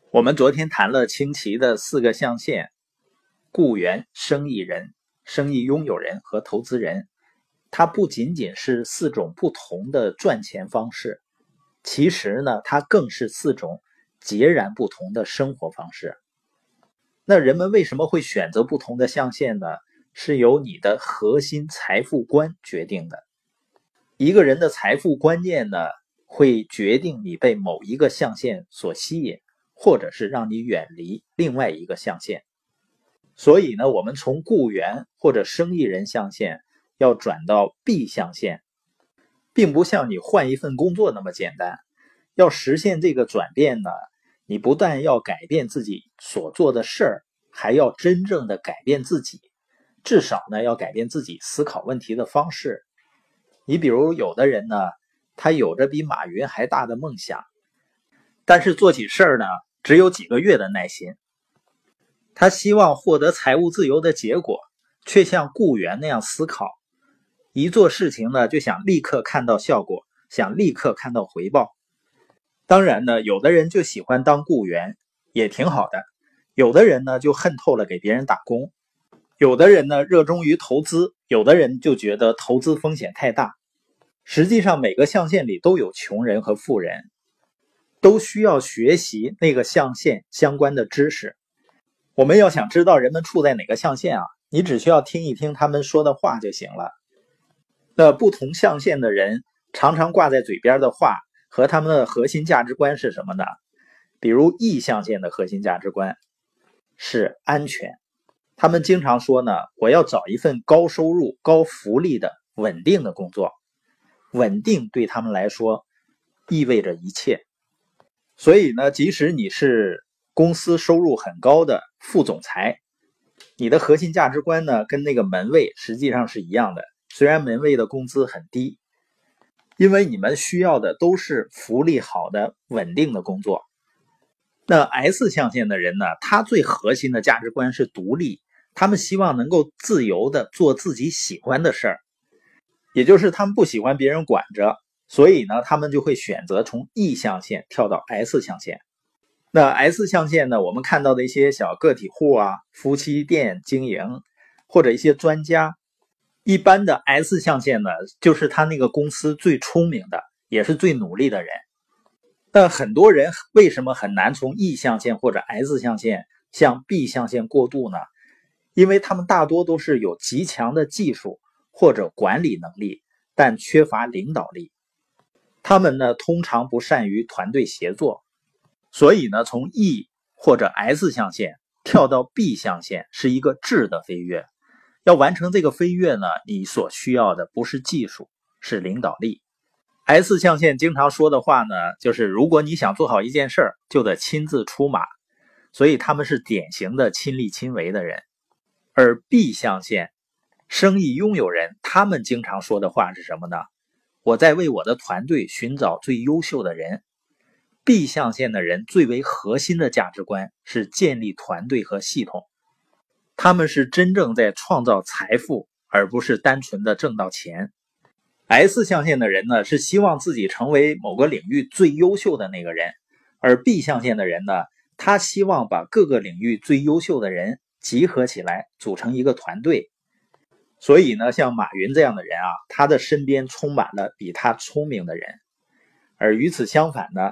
我们昨天谈了清奇的4个象限：雇员、生意人、生意拥有人和投资人。它不仅仅是4种不同的赚钱方式，其实呢，它更是4种截然不同的生活方式。那人们为什么会选择不同的象限呢？是由你的核心财富观决定的。一个人的财富观念呢，会决定你被某一个象限所吸引，或者是让你远离另外一个象限。所以呢，我们从雇员或者生意人象限要转到 B 象限，并不像你换一份工作那么简单。要实现这个转变呢，你不但要改变自己所做的事儿，还要真正的改变自己，至少呢，要改变自己思考问题的方式。你比如有的人呢，他有着比马云还大的梦想，但是做起事儿呢，只有几个月的耐心。他希望获得财务自由的结果，却像雇员那样思考，一做事情呢，就想立刻看到效果，想立刻看到回报。当然呢，有的人就喜欢当雇员，也挺好的。有的人呢，就恨透了给别人打工。有的人呢，热衷于投资，有的人就觉得投资风险太大。实际上，每个象限里都有穷人和富人，都需要学习那个象限相关的知识。我们要想知道人们处在哪个象限啊，你只需要听一听他们说的话就行了。那不同象限的人常常挂在嘴边的话和他们的核心价值观是什么呢？比如 E 象限的核心价值观是安全。他们经常说呢，我要找一份高收入、高福利的稳定的工作。稳定对他们来说意味着一切。所以呢，即使你是公司收入很高的副总裁，你的核心价值观呢，跟那个门卫实际上是一样的。虽然门卫的工资很低，因为你们需要的都是福利好的稳定的工作。那 S 象限的人呢，他最核心的价值观是独立，他们希望能够自由的做自己喜欢的事儿，也就是他们不喜欢别人管着，所以呢，他们就会选择从 E 象限跳到 S 象限。那 S 象限呢，我们看到的一些小个体户啊，夫妻店经营，或者一些专家，一般的 S 象限呢，就是他那个公司最聪明的，也是最努力的人。但很多人为什么很难从 E 象限或者 S 象限向 B 象限过渡呢？因为他们大多都是有极强的技术或者管理能力，但缺乏领导力。他们呢，通常不善于团队协作，所以呢，从 E 或者 S 象限跳到 B 象限是一个质的飞跃。要完成这个飞跃呢，你所需要的不是技术，是领导力。S 象限经常说的话呢，就是如果你想做好一件事儿，就得亲自出马，所以他们是典型的亲力亲为的人。而 B 象限生意拥有人，他们经常说的话是什么呢？我在为我的团队寻找最优秀的人。B 象限的人最为核心的价值观是建立团队和系统，他们是真正在创造财富，而不是单纯的挣到钱。S 象限的人呢，是希望自己成为某个领域最优秀的那个人，而 B 象限的人呢，他希望把各个领域最优秀的人集合起来，组成一个团队。所以呢，像马云这样的人啊，他的身边充满了比他聪明的人。而与此相反呢，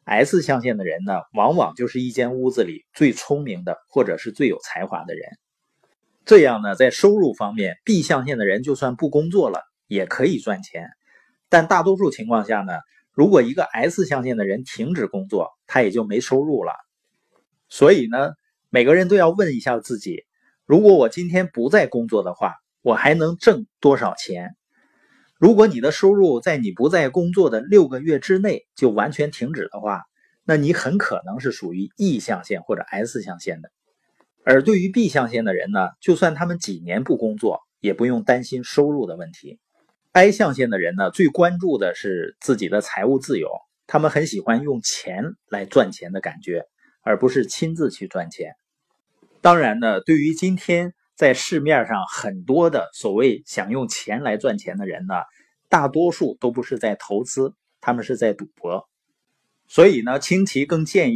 S 象限的人呢，往往就是一间屋子里最聪明的，或者是最有才华的人。这样呢，在收入方面 ，B 象限的人就算不工作了，也可以赚钱。但大多数情况下呢，如果一个 S 象限的人停止工作，他也就没收入了。所以呢，每个人都要问一下自己，如果我今天不再工作的话，我还能挣多少钱？如果你的收入在你不再工作的6个月之内就完全停止的话，那你很可能是属于 E 象限或者 S 象限的。而对于 B 象限的人呢，就算他们几年不工作，也不用担心收入的问题。I 象限的人呢，最关注的是自己的财务自由，他们很喜欢用钱来赚钱的感觉，而不是亲自去赚钱。当然呢，对于今天在市面上很多的所谓想用钱来赚钱的人呢，大多数都不是在投资，他们是在赌博。所以呢，清奇更建议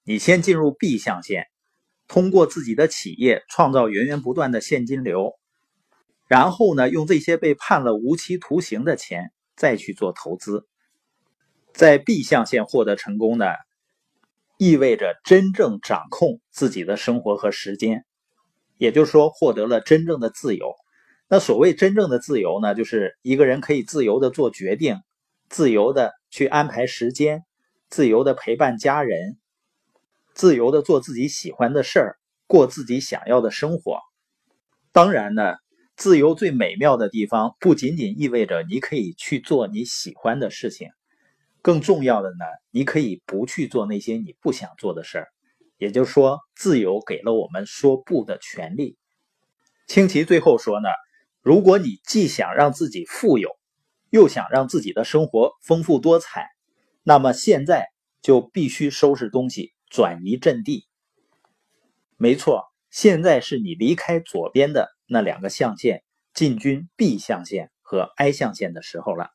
你先进入 B 象限，通过自己的企业创造源源不断的现金流，然后呢，用这些被判了无期徒刑的钱再去做投资。在 B 象限获得成功呢，意味着真正掌控自己的生活和时间，也就是说获得了真正的自由。那所谓真正的自由呢，就是一个人可以自由的做决定，自由的去安排时间，自由的陪伴家人，自由的做自己喜欢的事儿，过自己想要的生活。当然呢，自由最美妙的地方不仅仅意味着你可以去做你喜欢的事情，更重要的呢，你可以不去做那些你不想做的事儿。也就是说，自由给了我们说不的权利。清奇最后说呢，如果你既想让自己富有，又想让自己的生活丰富多彩，那么现在就必须收拾东西，转移阵地。没错，现在是你离开左边的那两个象限，进军 B 象限和 I 象限的时候了。